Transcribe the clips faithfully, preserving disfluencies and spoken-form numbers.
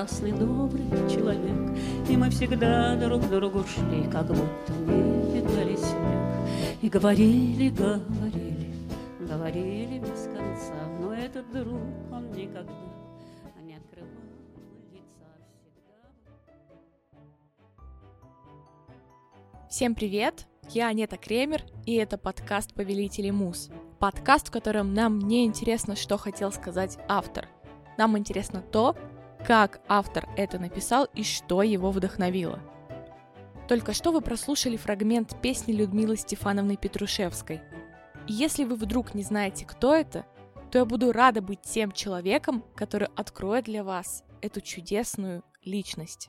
прекрасный, добрый человек, и мы всегда друг к другу шли, как будто не видали снег. И говорили, говорили, говорили без конца, но этот друг, он никогда не открывал лица всегда. Всем привет! Я Анета Кремер, и это подкаст «Повелители муз». Подкаст, в котором нам не интересно, что хотел сказать автор. Нам интересно то, как автор это написал и что его вдохновило. Только что вы прослушали фрагмент песни Людмилы Стефановны Петрушевской. И если вы вдруг не знаете, кто это, то я буду рада быть тем человеком, который откроет для вас эту чудесную личность.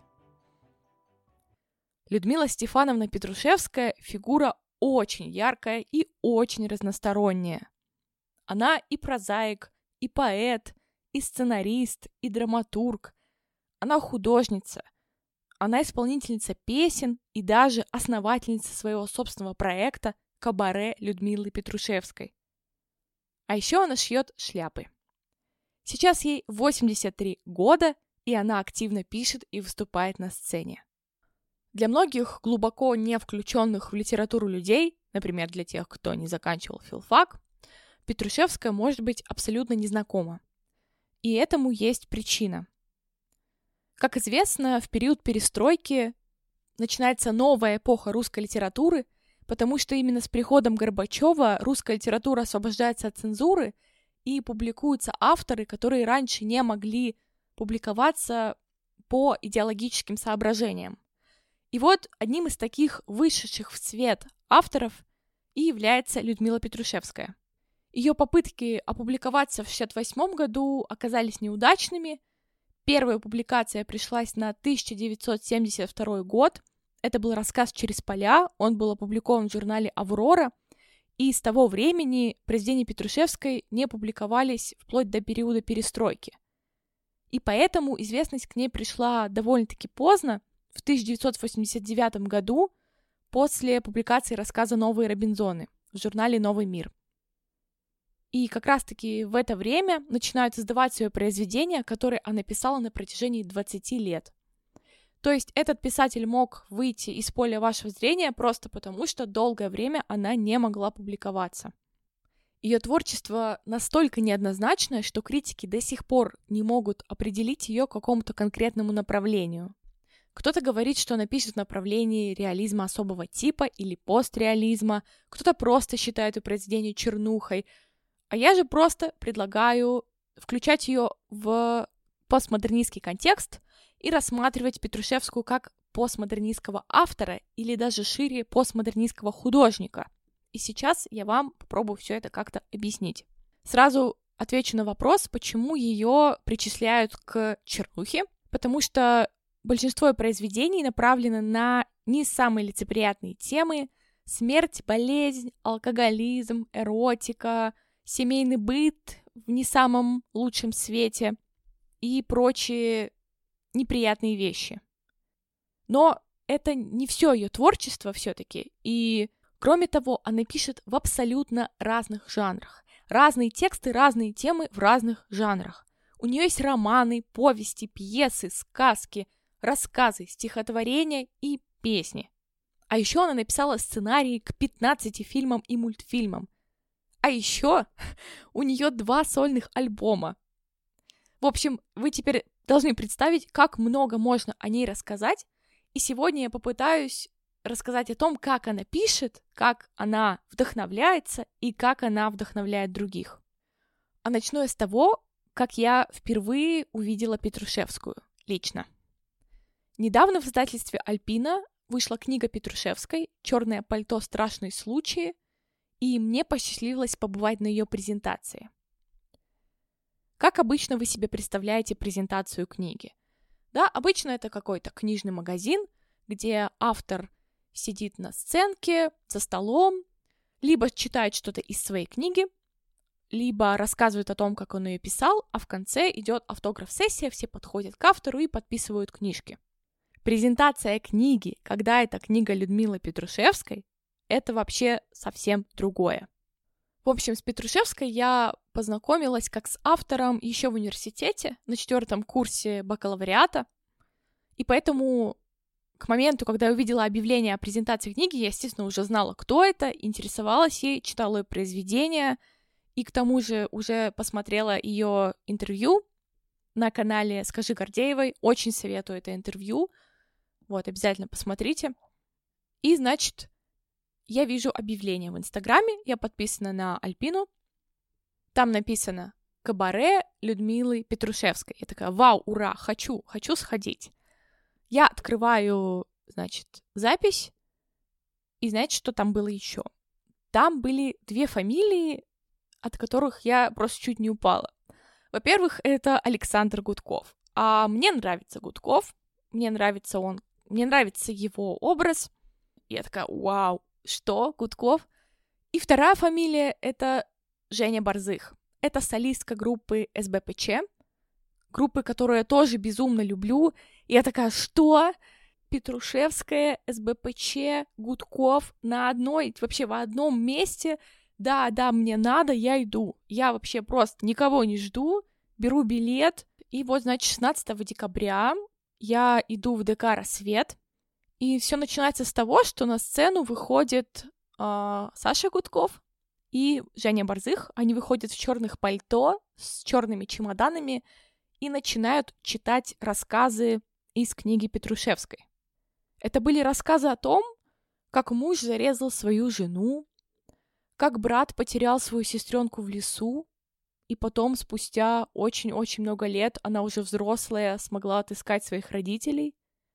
Людмила Стефановна Петрушевская – фигура очень яркая и очень разносторонняя. Она и прозаик, и поэт, и сценарист, и драматург. Она художница. Она исполнительница песен и даже основательница своего собственного проекта «Кабаре» Людмилы Петрушевской. А еще она шьет шляпы. Сейчас ей восемьдесят три года, и она активно пишет и выступает на сцене. Для многих глубоко не включенных в литературу людей, например, для тех, кто не заканчивал филфак, Петрушевская может быть абсолютно незнакома. И этому есть причина. Как известно, в период перестройки начинается новая эпоха русской литературы, потому что именно с приходом Горбачева русская литература освобождается от цензуры и публикуются авторы, которые раньше не могли публиковаться по идеологическим соображениям. И вот одним из таких вышедших в свет авторов и является Людмила Петрушевская. Ее попытки опубликоваться в шестьдесят восьмом году оказались неудачными. Первая публикация пришлась на тысяча девятьсот семьдесят второй год. Это был рассказ «Через поля», он был опубликован в журнале «Аврора», и с того времени произведения Петрушевской не публиковались вплоть до периода перестройки. И поэтому известность к ней пришла довольно-таки поздно, в тысяча девятьсот восемьдесят девятом году, после публикации рассказа «Новые Робинзоны» в журнале «Новый мир». И как раз-таки в это время начинают создавать свое произведение, которое она писала на протяжении двадцати лет. То есть этот писатель мог выйти из поля вашего зрения просто потому, что долгое время она не могла публиковаться. Ее творчество настолько неоднозначное, что критики до сих пор не могут определить ее к какому-то конкретному направлению. Кто-то говорит, что она пишет в направлении реализма особого типа или постреализма, кто-то просто считает ее произведение чернухой, а я же просто предлагаю включать ее в постмодернистский контекст и рассматривать Петрушевскую как постмодернистского автора или даже шире постмодернистского художника. И сейчас я вам попробую все это как-то объяснить. Сразу отвечу на вопрос, почему ее причисляют к чернухе, потому что большинство произведений направлено на не самые лицеприятные темы: смерть, болезнь, алкоголизм, эротика, семейный быт в не самом лучшем свете и прочие неприятные вещи. Но это не все ее творчество все-таки, и кроме того, она пишет в абсолютно разных жанрах. Разные тексты, разные темы в разных жанрах. У нее есть романы, повести, пьесы, сказки, рассказы, стихотворения и песни. А еще она написала сценарии к пятнадцати фильмам и мультфильмам. А еще у нее два сольных альбома. В общем, вы теперь должны представить, как много можно о ней рассказать. И сегодня я попытаюсь рассказать о том, как она пишет, как она вдохновляется и как она вдохновляет других. А начну я с того, как я впервые увидела Петрушевскую лично. Недавно в издательстве «Альпина» вышла книга Петрушевской «Черное пальто. Страшные случаи», и мне посчастливилось побывать на ее презентации. Как обычно вы себе представляете презентацию книги? Да, обычно это какой-то книжный магазин, где автор сидит на сценке, за столом, либо читает что-то из своей книги, либо рассказывает о том, как он ее писал, а в конце идет автограф-сессия, все подходят к автору и подписывают книжки. Презентация книги, когда это книга Людмилы Петрушевской, это вообще совсем другое. В общем, с Петрушевской я познакомилась как с автором еще в университете на четвертом курсе бакалавриата, и поэтому к моменту, когда я увидела объявление о презентации книги, я, естественно, уже знала, кто это, интересовалась ей, читала ее произведения, и к тому же уже посмотрела ее интервью на канале «Скажи Гордеевой». Очень советую это интервью. Вот, обязательно посмотрите. И, значит, я вижу объявление в Инстаграме, я подписана на Альпину. Там написано «Кабаре Людмилы Петрушевской». Я такая: вау, ура, хочу, хочу сходить. Я открываю, значит, запись, и знаете, что там было еще? Там были две фамилии, от которых я просто чуть не упала. Во-первых, это Александр Гудков. А мне нравится Гудков, мне нравится он, мне нравится его образ. Я такая: вау, что, Гудков? И вторая фамилия — это Женя Борзых. Это солистка группы эс бэ пэ че, группы, которую я тоже безумно люблю. И я такая: что? Петрушевская, эс бэ пэ че, Гудков на одной, вообще в одном месте. Да, да, мне надо, я иду. Я вообще просто никого не жду, беру билет. И вот, значит, шестнадцатого декабря я иду в ДК «Рассвет». И все начинается с того, что на сцену выходит э, Саша Гудков и Женя Борзых. Они выходят в черных пальто с черными чемоданами и начинают читать рассказы из книги Петрушевской. Это были рассказы о том, как муж зарезал свою жену, как брат потерял свою сестренку в лесу, и потом, спустя очень-очень много лет, она уже взрослая, смогла отыскать своих родителей.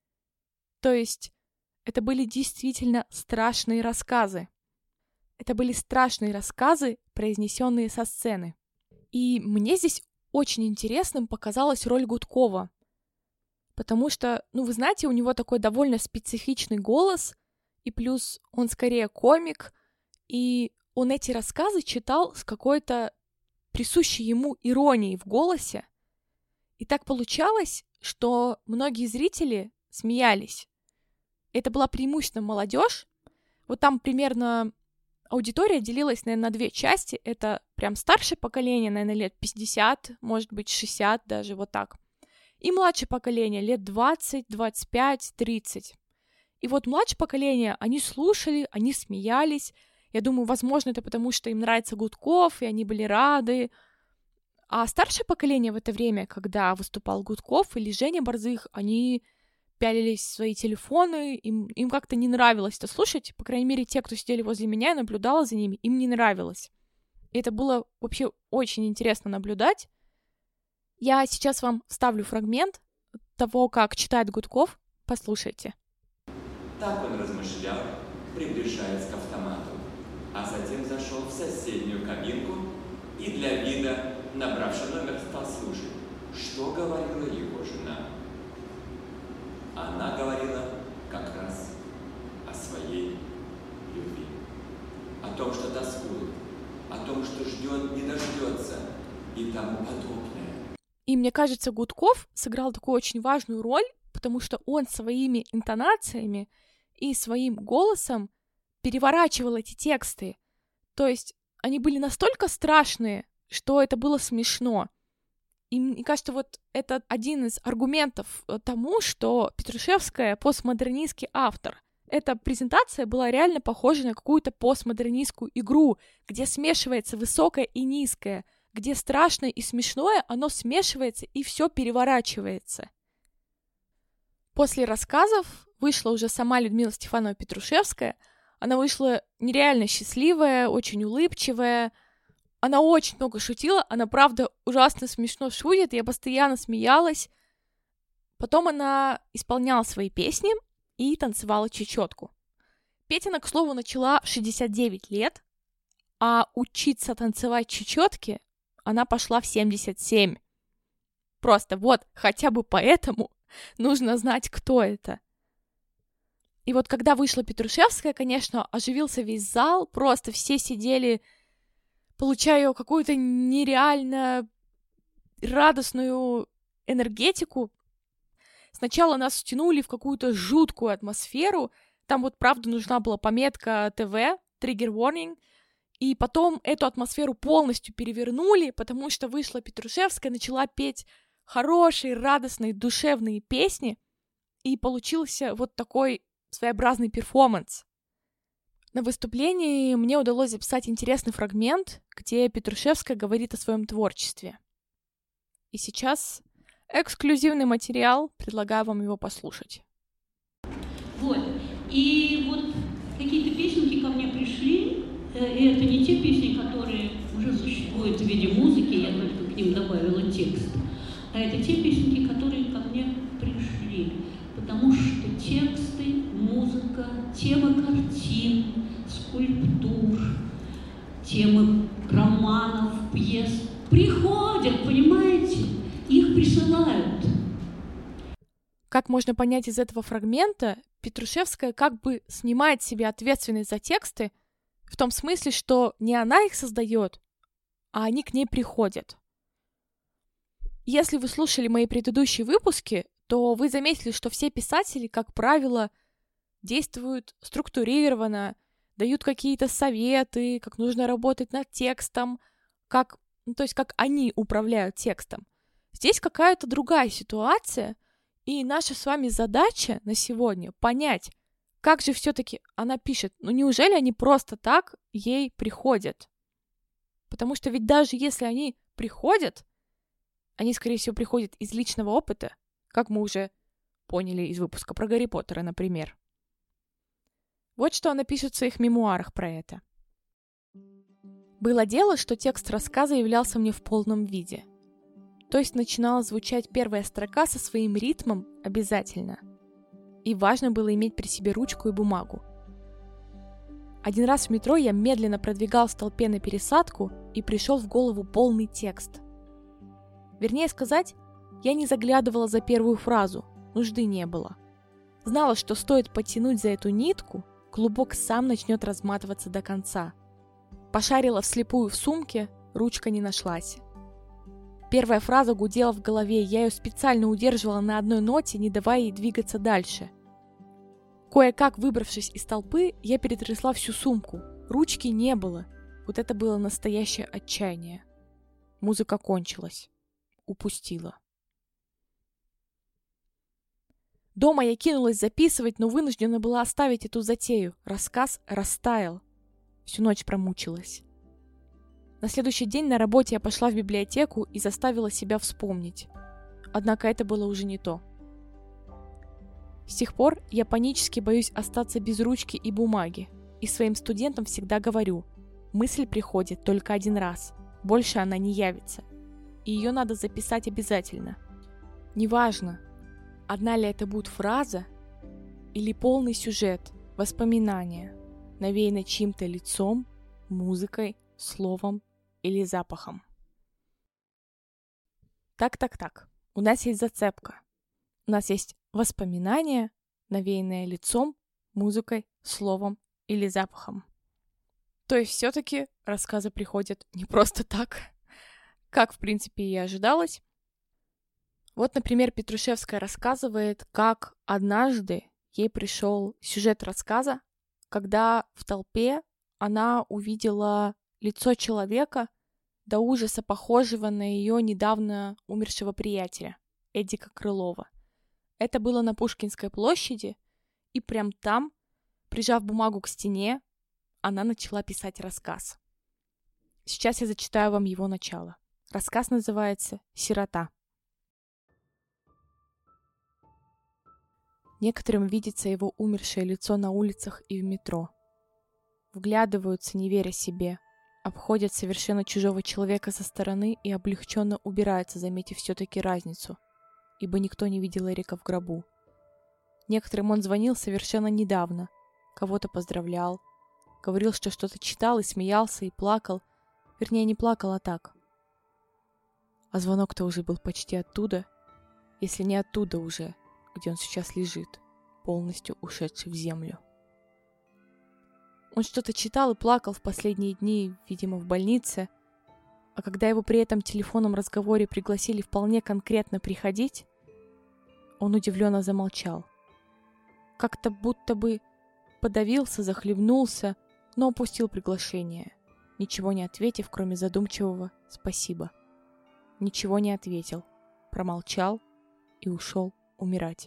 То есть это были действительно страшные рассказы. Это были страшные рассказы, произнесенные со сцены. И мне здесь очень интересным показалась роль Гудкова, потому что, ну, вы знаете, у него такой довольно специфичный голос, и плюс он скорее комик, и он эти рассказы читал с какой-то присущей ему иронией в голосе. И так получалось, что многие зрители смеялись. Это была преимущественно молодежь. Вот там примерно аудитория делилась, наверное, на две части. Это прям старшее поколение, наверное, лет пятьдесят, может быть, шестьдесят даже, вот так. И младшее поколение, лет двадцать, двадцать пять, тридцать. И вот младшее поколение, они слушали, они смеялись. Я думаю, возможно, это потому, что им нравится Гудков, и они были рады. А старшее поколение в это время, когда выступал Гудков или Женя Борзых, они пялились в свои телефоны, им, им как-то не нравилось это слушать. По крайней мере, те, кто сидели возле меня, я наблюдала за ними, им не нравилось. И это было вообще очень интересно наблюдать. Я сейчас вам вставлю фрагмент того, как читает Гудков. Послушайте. Так он размышлял, приближаясь к автомату, а затем зашел в соседнюю кабинку и для вида, набравший номер, стал слушать, что говорила его жена. Она говорила как раз о своей любви, о том, что тоскует, о том, что ждет, не дождется и тому подобное. И мне кажется, Гудков сыграл такую очень важную роль, потому что он своими интонациями и своим голосом переворачивал эти тексты. То есть они были настолько страшные, что это было смешно. И мне кажется, вот это один из аргументов тому, что Петрушевская постмодернистский автор. Эта презентация была реально похожа на какую-то постмодернистскую игру, где смешивается высокое и низкое, где страшное и смешное, оно смешивается и все переворачивается. После рассказов вышла уже сама Людмила Стефановна Петрушевская. Она вышла нереально счастливая, очень улыбчивая. Она очень много шутила, она, правда, ужасно смешно шутит, я постоянно смеялась. Потом она исполняла свои песни и танцевала чечетку. Петь она, к слову, начала в шестьдесят девять лет, а учиться танцевать чечетки она пошла в семьдесят семь. Просто вот, хотя бы поэтому нужно знать, кто это. И вот когда вышла Петрушевская, конечно, оживился весь зал, просто все сидели, получая какую-то нереально радостную энергетику. Сначала нас втянули в какую-то жуткую атмосферу, там вот, правда, нужна была пометка ТВ, trigger warning, И потом эту атмосферу полностью перевернули, потому что вышла Петрушевская, начала петь хорошие, радостные, душевные песни, и получился вот такой своеобразный перформанс. На выступлении мне удалось записать интересный фрагмент, где Петрушевская говорит о своем творчестве. И сейчас эксклюзивный материал, предлагаю вам его послушать. Вот. И вот какие-то песенки ко мне пришли, и это не те песни, которые уже существуют в виде музыки, я только к ним добавила текст, а это те песенки, которые ко мне пришли, потому что тексты, музыка, темы картин, скульптур, темы романов, пьес приходят, понимаете, их присылают. Как можно понять из этого фрагмента, Петрушевская как бы снимает с себя ответственность за тексты, в том смысле, что не она их создает, а они к ней приходят. Если вы слушали мои предыдущие выпуски, то вы заметили, что все писатели, как правило, действуют структурированно, дают какие-то советы, как нужно работать над текстом, как, ну, то есть как они управляют текстом. Здесь какая-то другая ситуация, и наша с вами задача на сегодня понять, как же все-таки она пишет. Ну неужели они просто так ей приходят? Потому что ведь даже если они приходят, они, скорее всего, приходят из личного опыта, как мы уже поняли из выпуска про Гарри Поттера, например. Вот что она пишет в своих мемуарах про это. «Было дело, что текст рассказа являлся мне в полном виде. То есть начинала звучать первая строка со своим ритмом обязательно. И важно было иметь при себе ручку и бумагу. Один раз в метро я медленно продвигался в толпе на пересадку, и пришел в голову полный текст. Вернее сказать, я не заглядывала за первую фразу, нужды не было. Знала, что стоит потянуть за эту нитку, клубок сам начнет разматываться до конца. Пошарила вслепую в сумке, ручка не нашлась. Первая фраза гудела в голове, я ее специально удерживала на одной ноте, не давая ей двигаться дальше. Кое-как выбравшись из толпы, я перетрясла всю сумку. Ручки не было. Вот это было настоящее отчаяние. Музыка кончилась. Упустила. Дома я кинулась записывать, но вынуждена была оставить эту затею. Рассказ растаял. Всю ночь промучилась. На следующий день на работе я пошла в библиотеку и заставила себя вспомнить. Однако это было уже не то. С тех пор я панически боюсь остаться без ручки и бумаги, и своим студентам всегда говорю, мысль приходит только один раз, больше она не явится, и ее надо записать обязательно. Неважно, одна ли это будет фраза или полный сюжет, воспоминания, навеянное чьим-то лицом, музыкой, словом или запахом. Так-так-так, у нас есть зацепка. У нас есть воспоминания, навеянное лицом, музыкой, словом или запахом. То есть все-таки рассказы приходят не просто так, как в принципе и ожидалось. Вот, например, Петрушевская рассказывает, как однажды ей пришел сюжет рассказа, когда в толпе она увидела лицо человека, до ужаса похожего на ее недавно умершего приятеля, Эдика Крылова. Это было на Пушкинской площади, и прям там, прижав бумагу к стене, она начала писать рассказ. Сейчас я зачитаю вам его начало. Рассказ называется «Сирота». Некоторым видится его умершее лицо на улицах и в метро. Вглядываются, не веря себе, обходят совершенно чужого человека со стороны и облегченно убираются, заметив все-таки разницу, ибо никто не видел Эрика в гробу. Некоторым он звонил совершенно недавно, кого-то поздравлял, говорил, что что-то читал и смеялся, и плакал, вернее, не плакал, а так. А звонок-то уже был почти оттуда, если не оттуда уже, где он сейчас лежит, полностью ушедший в землю. Он что-то читал и плакал в последние дни, видимо, в больнице, а когда его при этом телефонном разговоре пригласили вполне конкретно приходить, он удивленно замолчал. Как-то будто бы подавился, захлебнулся, но опустил приглашение. ничего не ответив, кроме задумчивого «спасибо». Ничего не ответил, промолчал и ушел умирать.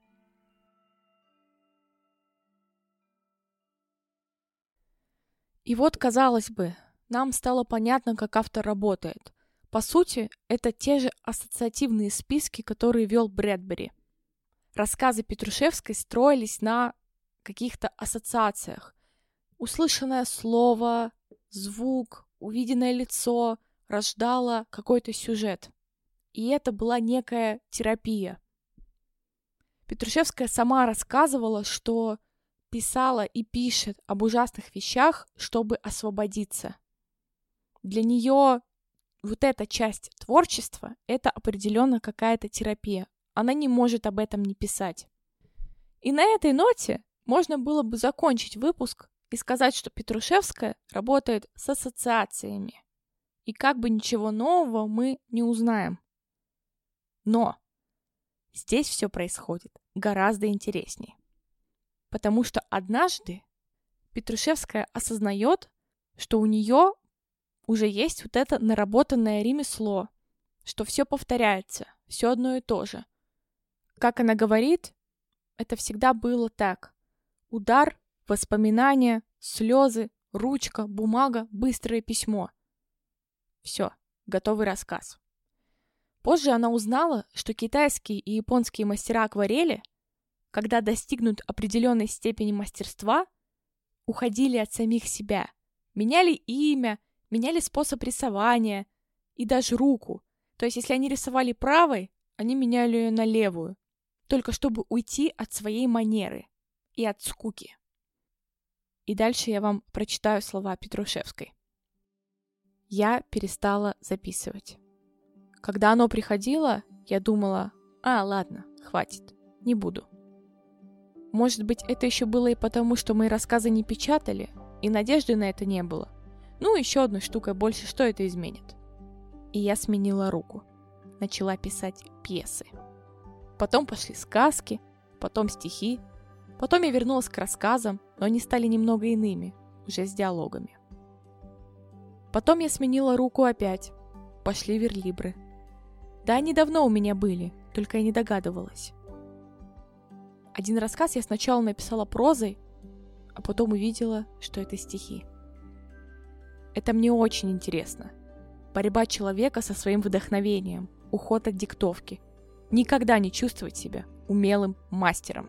И вот, казалось бы, нам стало понятно, как автор работает. По сути, это те же ассоциативные списки, которые вел Брэдбери. Рассказы Петрушевской строились на каких-то ассоциациях. Услышанное слово, звук, увиденное лицо рождало какой-то сюжет. И это была некая терапия. Петрушевская сама рассказывала, что писала и пишет об ужасных вещах, чтобы освободиться. Для нее вот эта часть творчества — это определенно какая-то терапия. Она не может об этом не писать. И на этой ноте можно было бы закончить выпуск и сказать, что Петрушевская работает с ассоциациями. И как бы ничего нового мы не узнаем. Но здесь все происходит гораздо интереснее. Потому что однажды Петрушевская осознает, что у нее уже есть вот это наработанное ремесло, что все повторяется, все одно и то же. Как она говорит, это всегда было так. Удар, воспоминания, слезы, ручка, бумага, быстрое письмо. Все, готовый рассказ. Позже она узнала, что китайские и японские мастера акварели, когда достигнут определенной степени мастерства, уходили от самих себя, меняли имя, меняли способ рисования и даже руку. То есть, если они рисовали правой, они меняли ее на левую, только чтобы уйти от своей манеры и от скуки. И дальше я вам прочитаю слова Петрушевской. Я перестала записывать. Когда оно приходило, я думала, а, ладно, хватит, не буду. Может быть, это еще было и потому, что мои рассказы не печатали, и надежды на это не было. Ну, еще одной штукой больше, что это изменит? И я сменила руку. Начала писать пьесы. Потом пошли сказки, потом стихи. Потом я вернулась к рассказам, но они стали немного иными, уже с диалогами. Потом я сменила руку опять. Пошли верлибры. Да, они давно у меня были, только я не догадывалась. Один рассказ я сначала написала прозой, а потом увидела, что это стихи. Это мне очень интересно. Борьба человека со своим вдохновением, уход от диктовки. Никогда не чувствовать себя умелым мастером.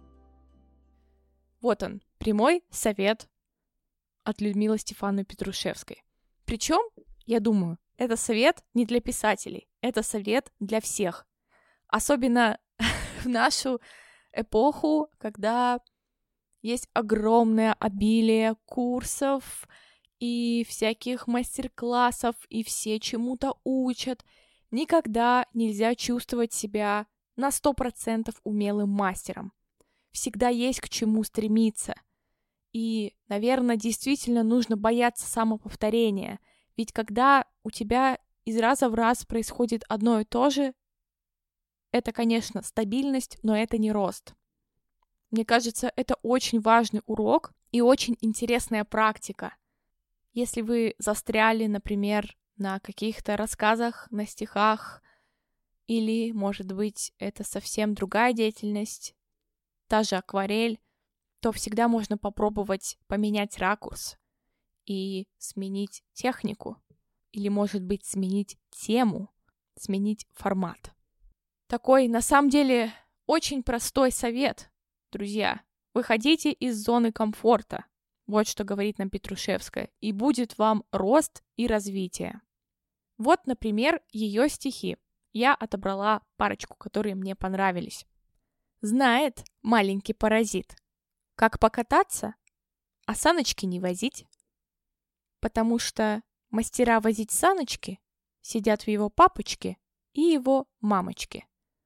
Вот он, прямой совет от Людмилы Стефановны Петрушевской. Причем, я думаю, это совет не для писателей, это совет для всех. Особенно в нашу эпоху, когда есть огромное обилие курсов и всяких мастер-классов, и все чему-то учат. Никогда нельзя чувствовать себя на сто процентов умелым мастером. Всегда есть к чему стремиться. И, наверное, действительно нужно бояться самоповторения. Ведь когда у тебя из раза в раз происходит одно и то же, это, конечно, стабильность, но это не рост. Мне кажется, это очень важный урок и очень интересная практика. Если вы застряли, например, на каких-то рассказах, на стихах, или, может быть, это совсем другая деятельность, та же акварель, то всегда можно попробовать поменять ракурс и сменить технику, или, может быть, сменить тему, сменить формат. Такой, на самом деле, очень простой совет, друзья. Выходите из зоны комфорта, вот что говорит нам Петрушевская, и будет вам рост и развитие. Вот, например, ее стихи. Я отобрала парочку, которые мне понравились. Знает маленький паразит, как покататься, а саночки не возить. Потому что мастера возить саночки сидят в его папочке и его мамочке.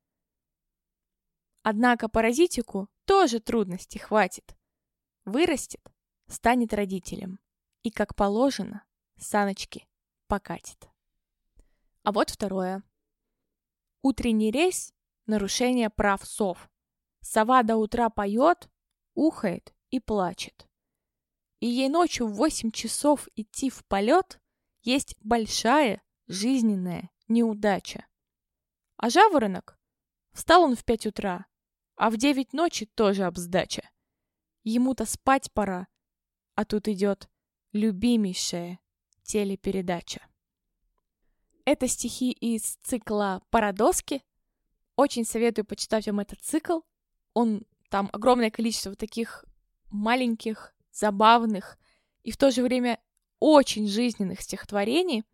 Однако паразитику тоже трудностей хватит. Вырастет, станет родителем и, как положено, саночки покатит. А вот второе. Утренний рейс — нарушение прав сов. Сова до утра поет, ухает и плачет. и ей ночью в восемь часов идти в полет, есть большая жизненная неудача. А жаворонок? Встал он в пять утра, а в девять ночи тоже обсдача. Ему-то спать пора, а тут идет любимейшая телепередача. Это стихи из цикла «Парадоски». Очень советую почитать вам этот цикл. Он, там огромное количество таких маленьких, забавных и в то же время очень жизненных стихотворений.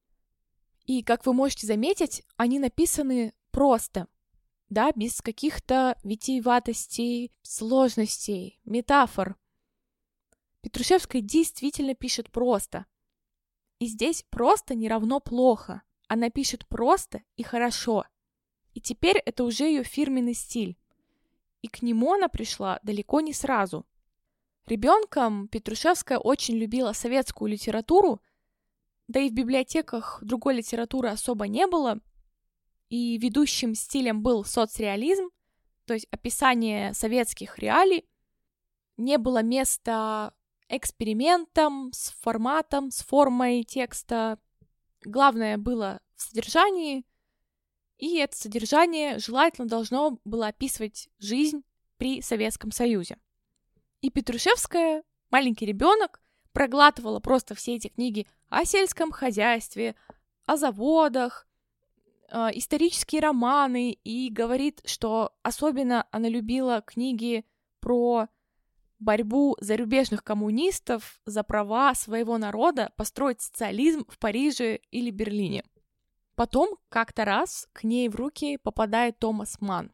И, как вы можете заметить, они написаны просто, да, без каких-то витиеватостей, сложностей, метафор. Петрушевская действительно пишет просто. И здесь просто не равно плохо. Она пишет просто и хорошо. И теперь это уже ее фирменный стиль. И к нему она пришла далеко не сразу. Ребенком Петрушевская очень любила советскую литературу, да и в библиотеках другой литературы особо не было, и ведущим стилем был соцреализм, то есть описание советских реалий. Не было места экспериментам с форматом, с формой текста. Главное было в содержании, и это содержание желательно должно было описывать жизнь при Советском Союзе. И Петрушевская, маленький ребенок, проглатывала просто все эти книги о сельском хозяйстве, о заводах, э, исторические романы, и говорит, что особенно она любила книги про борьбу зарубежных коммунистов за права своего народа построить социализм в Париже или Берлине. Потом как-то раз к ней в руки попадает Томас Манн.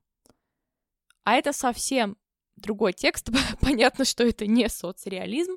А это совсем другой текст, понятно, что это не соцреализм.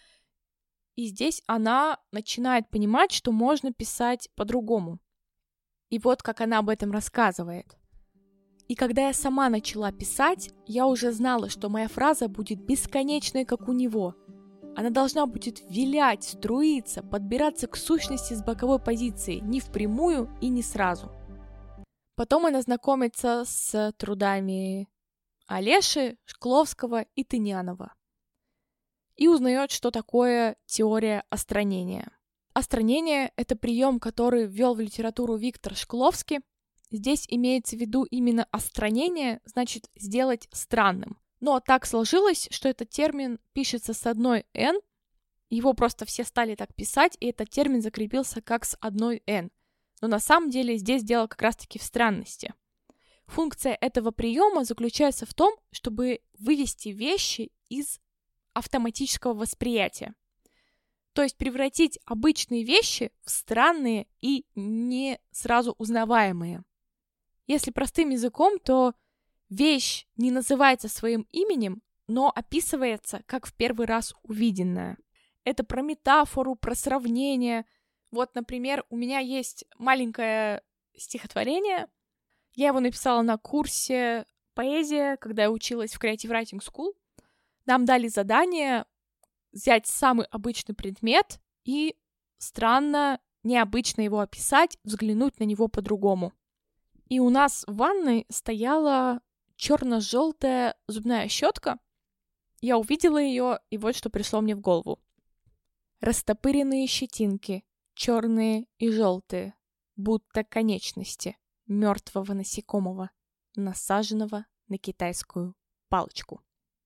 И здесь она начинает понимать, что можно писать по-другому. И вот как она об этом рассказывает. И когда я сама начала писать, я уже знала, что моя фраза будет бесконечной, как у него. Она должна будет вилять, струиться, подбираться к сущности с боковой позиции, не впрямую и не сразу. Потом она знакомится с трудами Олеши, Шкловского и Тынянова и узнает, что такое теория остранения. Остранение — это прием, который ввел в литературу Виктор Шкловский. Здесь имеется в виду именно остранение, значит, сделать странным. Но так сложилось, что этот термин пишется с одной «н», его просто все стали так писать, и этот термин закрепился как с одной «н». Но на самом деле здесь дело как раз-таки в странности. Функция этого приема заключается в том, чтобы вывести вещи из автоматического восприятия. То есть превратить обычные вещи в странные и не сразу узнаваемые. Если простым языком, то вещь не называется своим именем, но описывается как в первый раз увиденное. Это про метафору, про сравнение. Вот, например, у меня есть маленькое стихотворение. Я его написала на курсе поэзия, когда я училась в Creative Writing School. Нам дали задание взять самый обычный предмет и странно, необычно его описать, взглянуть на него по-другому. И у нас в ванной стояла черно-желтая зубная щетка. Я увидела ее, и вот что пришло мне в голову. Растопыренные щетинки, черные и желтые, будто конечности мертвого насекомого, насаженного на китайскую палочку.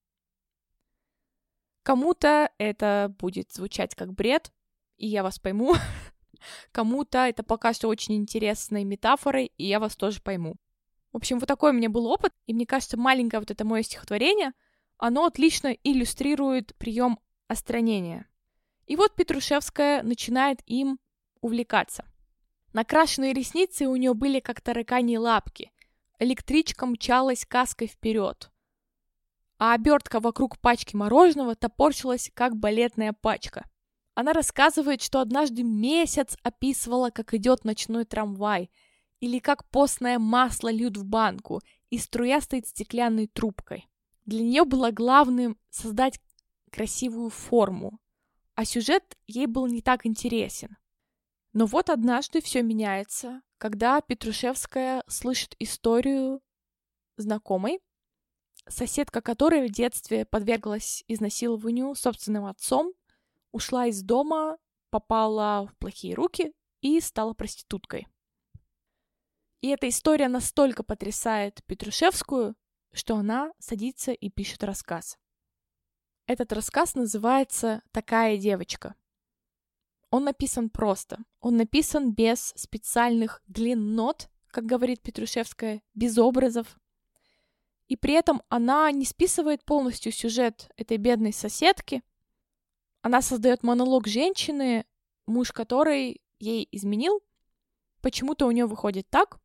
Кому-то это будет звучать как бред, и я вас пойму. Кому-то это покажется очень интересной метафорой, и я вас тоже пойму. В общем, вот такой у меня был опыт, и мне кажется, маленькое вот это мое стихотворение, оно отлично иллюстрирует прием остранения. И вот Петрушевская начинает им увлекаться. Накрашенные ресницы у нее были как тараканьи лапки. Электричка мчалась каской вперед. А обертка вокруг пачки мороженого топорщилась, как балетная пачка. Она рассказывает, что однажды месяц описывала, как идет ночной трамвай, или как постное масло льют в банку, и струя стоит стеклянной трубкой. Для нее было главным создать красивую форму, а сюжет ей был не так интересен. Но вот однажды все меняется, когда Петрушевская слышит историю знакомой, соседка которой в детстве подверглась изнасилованию собственным отцом, ушла из дома, попала в плохие руки и стала проституткой. И эта история настолько потрясает Петрушевскую, что она садится и пишет рассказ. Этот рассказ называется «Такая девочка». Он написан просто. Он написан без специальных длиннот, как говорит Петрушевская, без образов. И при этом она не списывает полностью сюжет этой бедной соседки. Она создает монолог женщины, муж которой ей изменил. Почему-то у нее выходит так.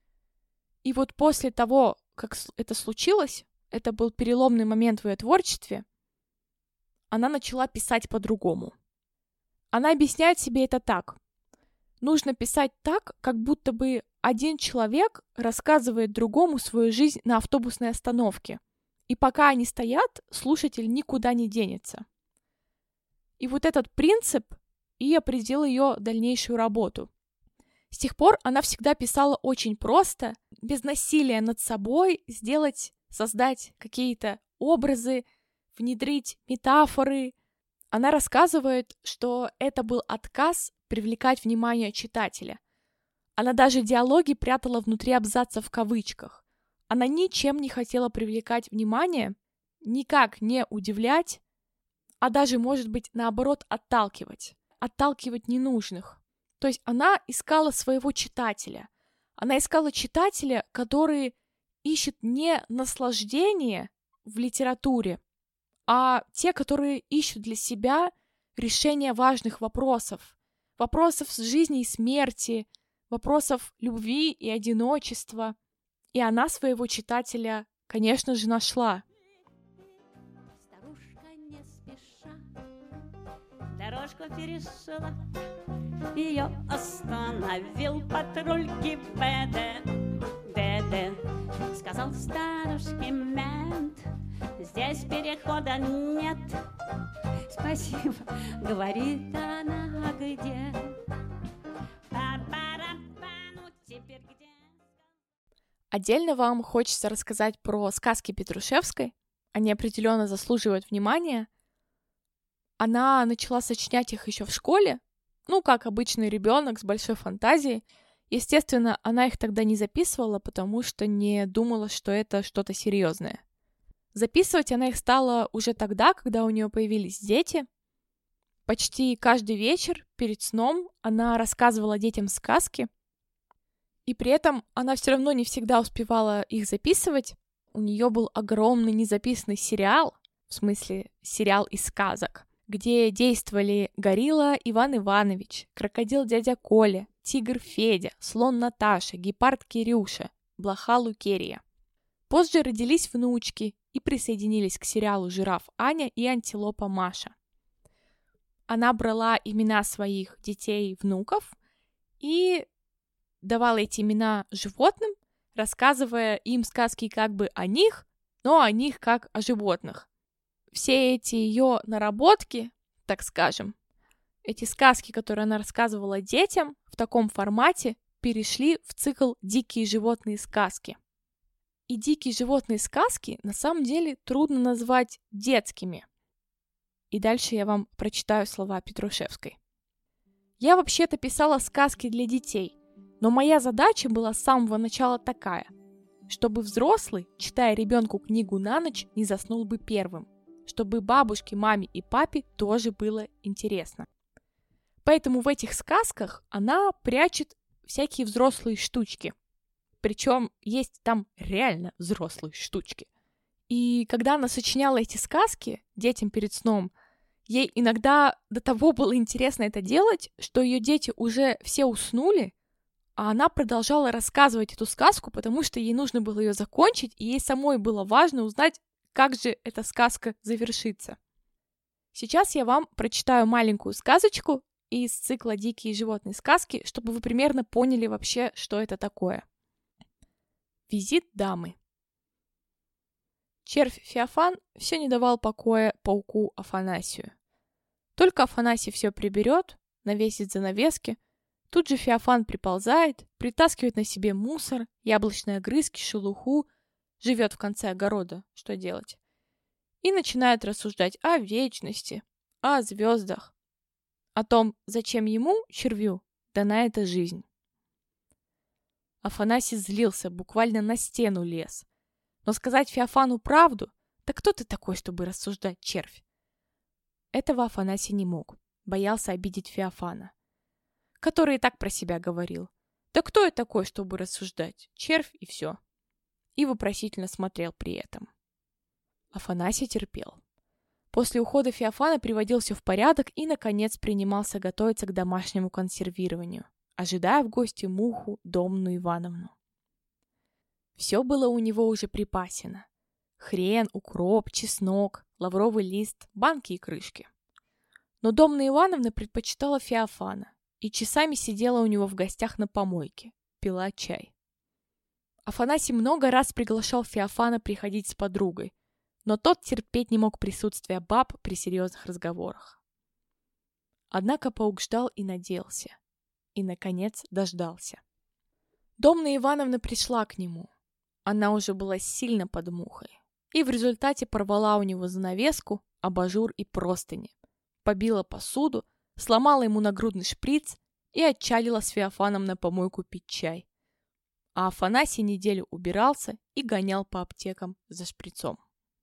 И вот после того, как это случилось, это был переломный момент в ее творчестве, она начала писать по-другому. Она объясняет себе это так. Нужно писать так, как будто бы один человек рассказывает другому свою жизнь на автобусной остановке. И пока они стоят, слушатель никуда не денется. И вот этот принцип и определил ее дальнейшую работу. С тех пор она всегда писала очень просто, без насилия над собой, сделать, создать какие-то образы, внедрить метафоры. Она рассказывает, что это был отказ привлекать внимание читателя. Она даже диалоги прятала внутри абзаца в кавычках. Она ничем не хотела привлекать внимание, никак не удивлять, а даже, может быть, наоборот, отталкивать. Отталкивать ненужных. То есть она искала своего читателя. Она искала читателя, который ищет не наслаждение в литературе, а те, которые ищут для себя решение важных вопросов. Вопросов жизни и смерти, вопросов любви и одиночества. И она своего читателя, конечно же, нашла. Старушка не спеша дорожку перешла, ее остановил патруль ГИБДД. ДД. Сказал старушке мент, здесь перехода нет. Спасибо, говорит она, а где? Па-па-ра-па, ну теперь где? Отдельно вам хочется рассказать про сказки Петрушевской. Они определенно заслуживают внимания. Она начала сочинять их еще в школе, ну, как обычный ребенок с большой фантазией. Естественно, она их тогда не записывала, потому что не думала, что это что-то серьезное. Записывать она их стала уже тогда, когда у нее появились дети. Почти каждый вечер перед сном она рассказывала детям сказки, и при этом она все равно не всегда успевала их записывать. У нее был огромный незаписанный сериал, в смысле сериал из сказок, где действовали горилла Иван Иванович, крокодил дядя Коля, тигр Федя, слон Наташа, гепард Кирюша, блоха Лукерия. Позже родились внучки и присоединились к сериалу жираф Аня и антилопа Маша. Она брала имена своих детей и внуков и давала эти имена животным, рассказывая им сказки как бы о них, но о них как о животных. Все эти ее наработки, так скажем, эти сказки, которые она рассказывала детям в таком формате, перешли в цикл «Дикие животные сказки». И дикие животные сказки на самом деле трудно назвать детскими. И дальше я вам прочитаю слова Петрушевской. «Я вообще-то писала сказки для детей, но моя задача была с самого начала такая, чтобы взрослый, читая ребенку книгу на ночь, не заснул бы первым, чтобы бабушке, маме и папе тоже было интересно. Поэтому в этих сказках она прячет всякие взрослые штучки. Причем есть там реально взрослые штучки. И когда она сочиняла эти сказки детям перед сном, ей иногда до того было интересно это делать, что ее дети уже все уснули, а она продолжала рассказывать эту сказку, потому что ей нужно было ее закончить, и ей самой было важно узнать, как же эта сказка завершится. Сейчас я вам прочитаю маленькую сказочку из цикла «Дикие животные сказки», чтобы вы примерно поняли вообще, что это такое. Визит дамы. Червь Феофан все не давал покоя пауку Афанасию. Только Афанасий все приберет, навесит занавески, тут же Феофан приползает, притаскивает на себе мусор, яблочные огрызки, шелуху, живет в конце огорода, что делать, и начинает рассуждать о вечности, о звездах, о том, зачем ему, червю, дана эта жизнь. Афанасий злился, буквально на стену лез. Но сказать Феофану правду, да кто ты такой, чтобы рассуждать, червь? Этого Афанасий не мог, боялся обидеть Феофана, который и так про себя говорил. Да кто я такой, чтобы рассуждать? Червь и все. И вопросительно смотрел при этом. Афанасий терпел. После ухода Феофана приводил все в порядок и, наконец, принимался готовиться к домашнему консервированию, ожидая в гости Муху Домну Ивановну. Все было у него уже припасено. Хрен, укроп, чеснок, лавровый лист, банки и крышки. Но Домна Ивановна предпочитала Феофана и часами сидела у него в гостях на помойке, пила чай. Афанасий много раз приглашал Феофана приходить с подругой, но тот терпеть не мог присутствия баб при серьезных разговорах. Однако паук ждал и надеялся, и, наконец, дождался. Домна Ивановна пришла к нему. Она уже была сильно под мухой, и в результате порвала у него занавеску, абажур и простыни, побила посуду, сломала ему нагрудный шприц и отчалила с Феофаном на помойку пить чай. А Афанасий неделю убирался и гонял по аптекам за шприцом.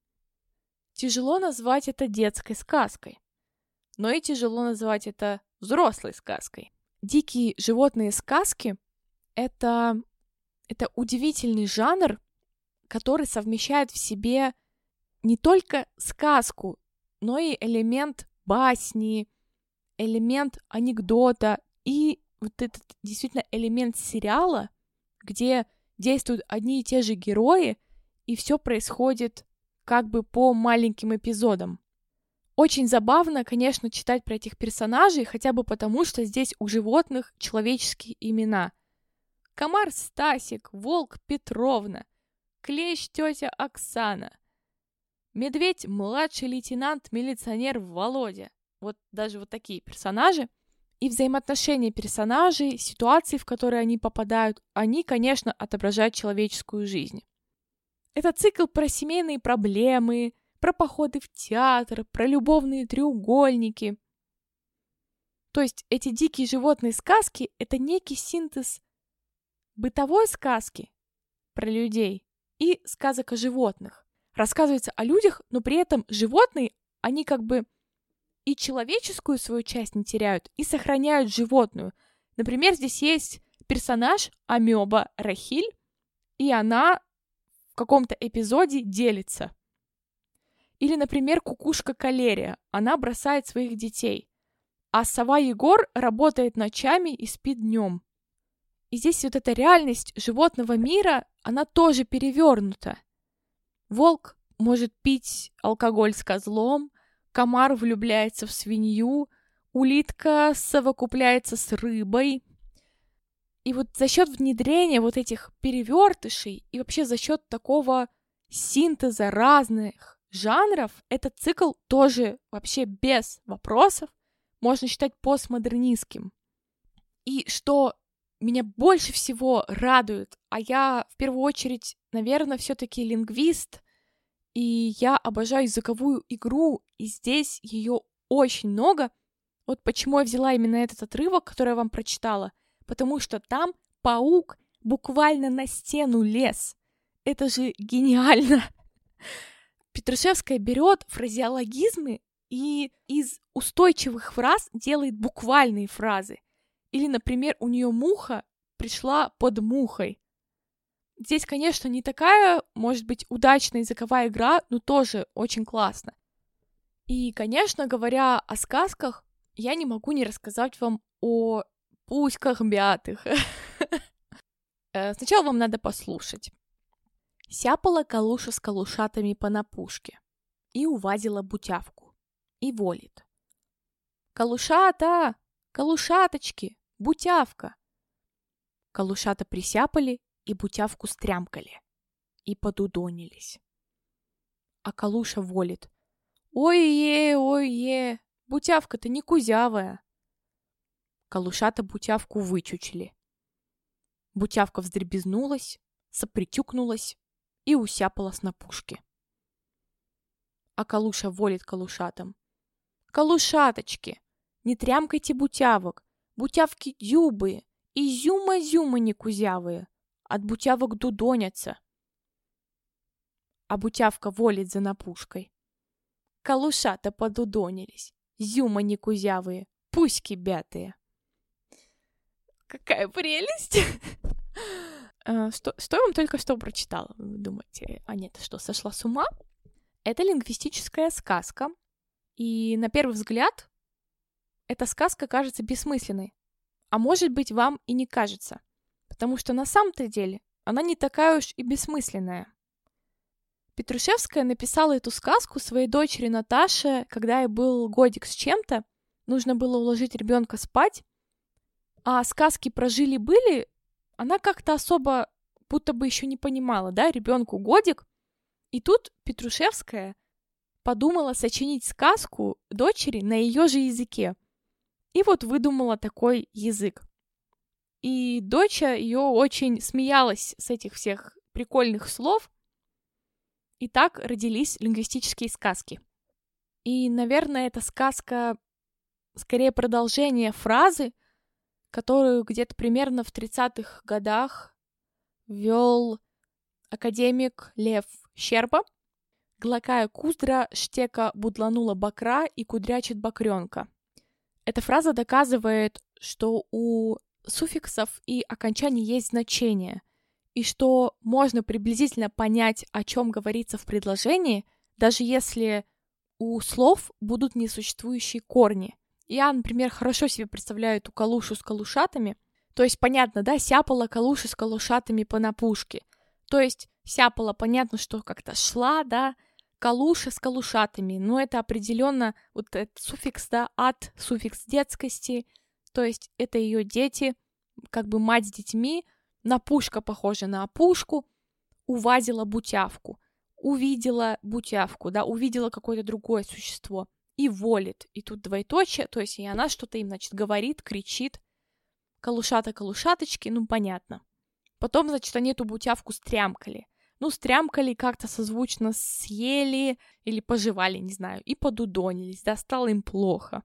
Тяжело назвать это детской сказкой, но и тяжело назвать это взрослой сказкой. Дикие животные сказки — это, это удивительный жанр, который совмещает в себе не только сказку, но и элемент басни, элемент анекдота и вот этот действительно элемент сериала, где действуют одни и те же герои, и все происходит как бы по маленьким эпизодам. Очень забавно, конечно, читать про этих персонажей, хотя бы потому, что здесь у животных человеческие имена. Комар Стасик, волк Петровна, клещ тетя Оксана, медведь младший лейтенант-милиционер Володя. Вот даже вот такие персонажи. И взаимоотношения персонажей, ситуации, в которые они попадают, они, конечно, отображают человеческую жизнь. Это цикл про семейные проблемы, про походы в театр, про любовные треугольники. То есть эти дикие животные сказки — это некий синтез бытовой сказки про людей и сказок о животных. Рассказывается о людях, но при этом животные, они как бы и человеческую свою часть не теряют, и сохраняют животную. Например, здесь есть персонаж амеба Рахиль, и она в каком-то эпизоде делится. Или, например, кукушка Калерия, она бросает своих детей, а сова Егор работает ночами и спит днем. И здесь вот эта реальность животного мира, она тоже перевернута. Волк может пить алкоголь с козлом, комар влюбляется в свинью, улитка совокупляется с рыбой. И вот за счет внедрения вот этих перевертышей и вообще за счет такого синтеза разных жанров, этот цикл тоже вообще без вопросов можно считать постмодернистским. И что меня больше всего радует, а я в первую очередь, наверное, все-таки лингвист, и я обожаю языковую игру, и здесь ее очень много. Вот почему я взяла именно этот отрывок, который я вам прочитала. Потому что там паук буквально на стену лез. Это же гениально. Петрушевская берет фразеологизмы и из устойчивых фраз делает буквальные фразы. Или, например, у нее муха пришла под мухой. Здесь, конечно, не такая, может быть, удачная языковая игра, но тоже очень классно. И, конечно, говоря о сказках, я не могу не рассказать вам о пуськах бятых. Сначала вам надо послушать. Сяпала калуша с калушатами по напушке и увазила бутявку. И волит. Калушата, калушаточки, бутявка. Калушата присяпали и бутявку стрямкали. И подудонились. А калуша волит. Ой-е, ой-е, бутявка-то не кузявая. Калушата бутявку вычучили. Бутявка вздребезнулась, сопритюкнулась и усяпала с напушки. А Калуша волит калушатам: «Калушаточки, не трямкайте бутявок, бутявки дюбые, изюма-зюма не кузявые, от бутявок дудонятся». А бутявка волит за напушкой: «Калушата подудонились, зюма не кузявые, пуськи бятые». Какая прелесть! Что, что я вам только что прочитала? Вы думаете, а нет, что, сошла с ума? Это лингвистическая сказка, и на первый взгляд эта сказка кажется бессмысленной, а может быть, вам и не кажется, потому что на самом-то деле она не такая уж и бессмысленная. Петрушевская написала эту сказку своей дочери Наташе, когда ей был годик с чем-то, нужно было уложить ребенка спать, а сказки про жили-были она как-то особо будто бы еще не понимала, да, ребенку годик. И тут Петрушевская подумала сочинить сказку дочери на ее же языке. И вот выдумала такой язык. И доча ее очень смеялась с этих всех прикольных слов. И так родились лингвистические сказки. И, наверное, эта сказка скорее продолжение фразы, которую где-то примерно в тридцатых годах ввел академик Лев Щерба. «Глакая куздра, штека будланула бакра и кудрячит бакрёнка». Эта фраза доказывает, что у суффиксов и окончаний есть значение, и что можно приблизительно понять, о чем говорится в предложении, даже если у слов будут несуществующие корни. Я, например, хорошо себе представляю эту калушу с калушатами. То есть, понятно, да, сяпала калуша с калушатами по напушке. То есть, сяпала, понятно, что как-то шла, да, калуша с калушатами. Но это определенно вот этот суффикс, да, от, суффикс детскости. То есть, это ее дети, как бы мать с детьми. Напушка похожа на опушку. Увазила бутявку. Увидела бутявку, да, увидела какое-то другое существо. И волит. И тут двоеточие, то есть и она что-то им, значит, говорит, кричит. Калушата-калушаточки, ну, понятно. Потом, значит, они эту бутявку стрямкали. Ну, стрямкали как-то созвучно съели или пожевали, не знаю, и подудонились, да, стало им плохо.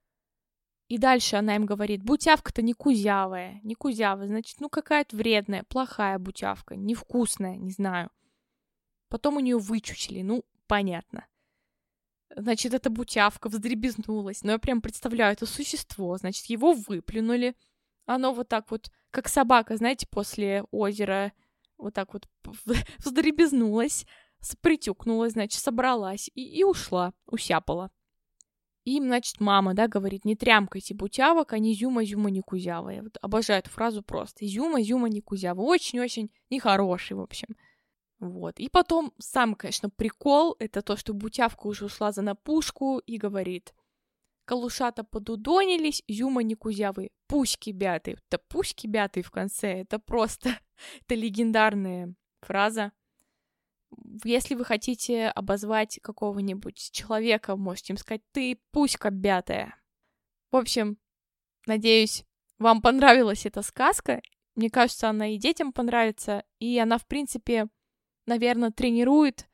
И дальше она им говорит: бутявка-то не кузявая, не кузявая, значит, ну, какая-то вредная, плохая бутявка, невкусная, не знаю. Потом у нее вычучили, ну, понятно. Значит, эта бутявка вздребезнулась. Но я прям представляю это существо. Значит, его выплюнули. Оно вот так вот, как собака, знаете, после озера, вот так вот вздребезнулась, притюкнулась, значит, собралась и, и ушла, усяпала. И им, значит, мама, да, говорит: не трямкайте бутявок, они зюма-зюма не кузява. Я вот обожаю эту фразу просто. Зюма-зюма не кузява. Очень-очень нехороший, в общем. Вот. И потом сам, конечно, прикол, это то, что бутявка уже ушла за напушку и говорит: калушата подудонились, зюма не кузявы, пуськи бятые. Да пуськи бятые в конце, это просто, это легендарная фраза. Если вы хотите обозвать какого-нибудь человека, можете им сказать: ты пуська бятая. В общем, надеюсь, вам понравилась эта сказка. Мне кажется, она и детям понравится, и она, в принципе, наверное, тренирует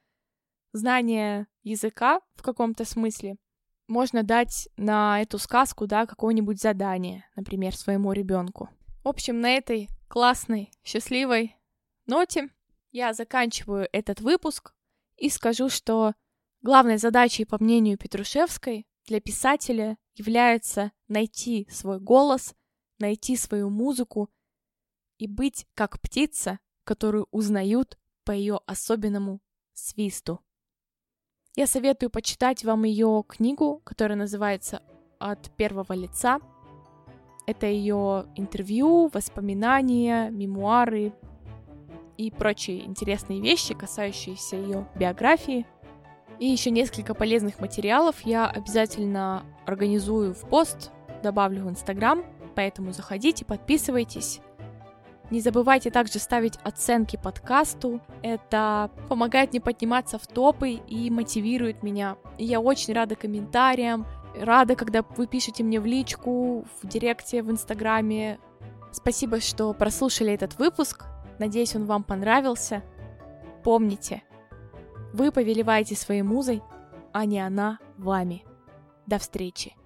знание языка в каком-то смысле. Можно дать на эту сказку, да, какое-нибудь задание, например, своему ребенку. В общем, на этой классной, счастливой ноте я заканчиваю этот выпуск и скажу, что главной задачей, по мнению Петрушевской, для писателя является найти свой голос, найти свою музыку и быть как птица, которую узнают по ее особенному свисту. Я советую почитать вам ее книгу, которая называется «От первого лица». Это ее интервью, воспоминания, мемуары и прочие интересные вещи, касающиеся ее биографии. И еще несколько полезных материалов я обязательно организую в пост, добавлю в Инстаграм, поэтому заходите, подписывайтесь. Не забывайте также ставить оценки подкасту. Это помогает мне подниматься в топы и мотивирует меня. И я очень рада комментариям, рада, когда вы пишете мне в личку, в директе, в Инстаграме. Спасибо, что прослушали этот выпуск. Надеюсь, он вам понравился. помните, вы повелеваете своей музой, а не она вами. До встречи!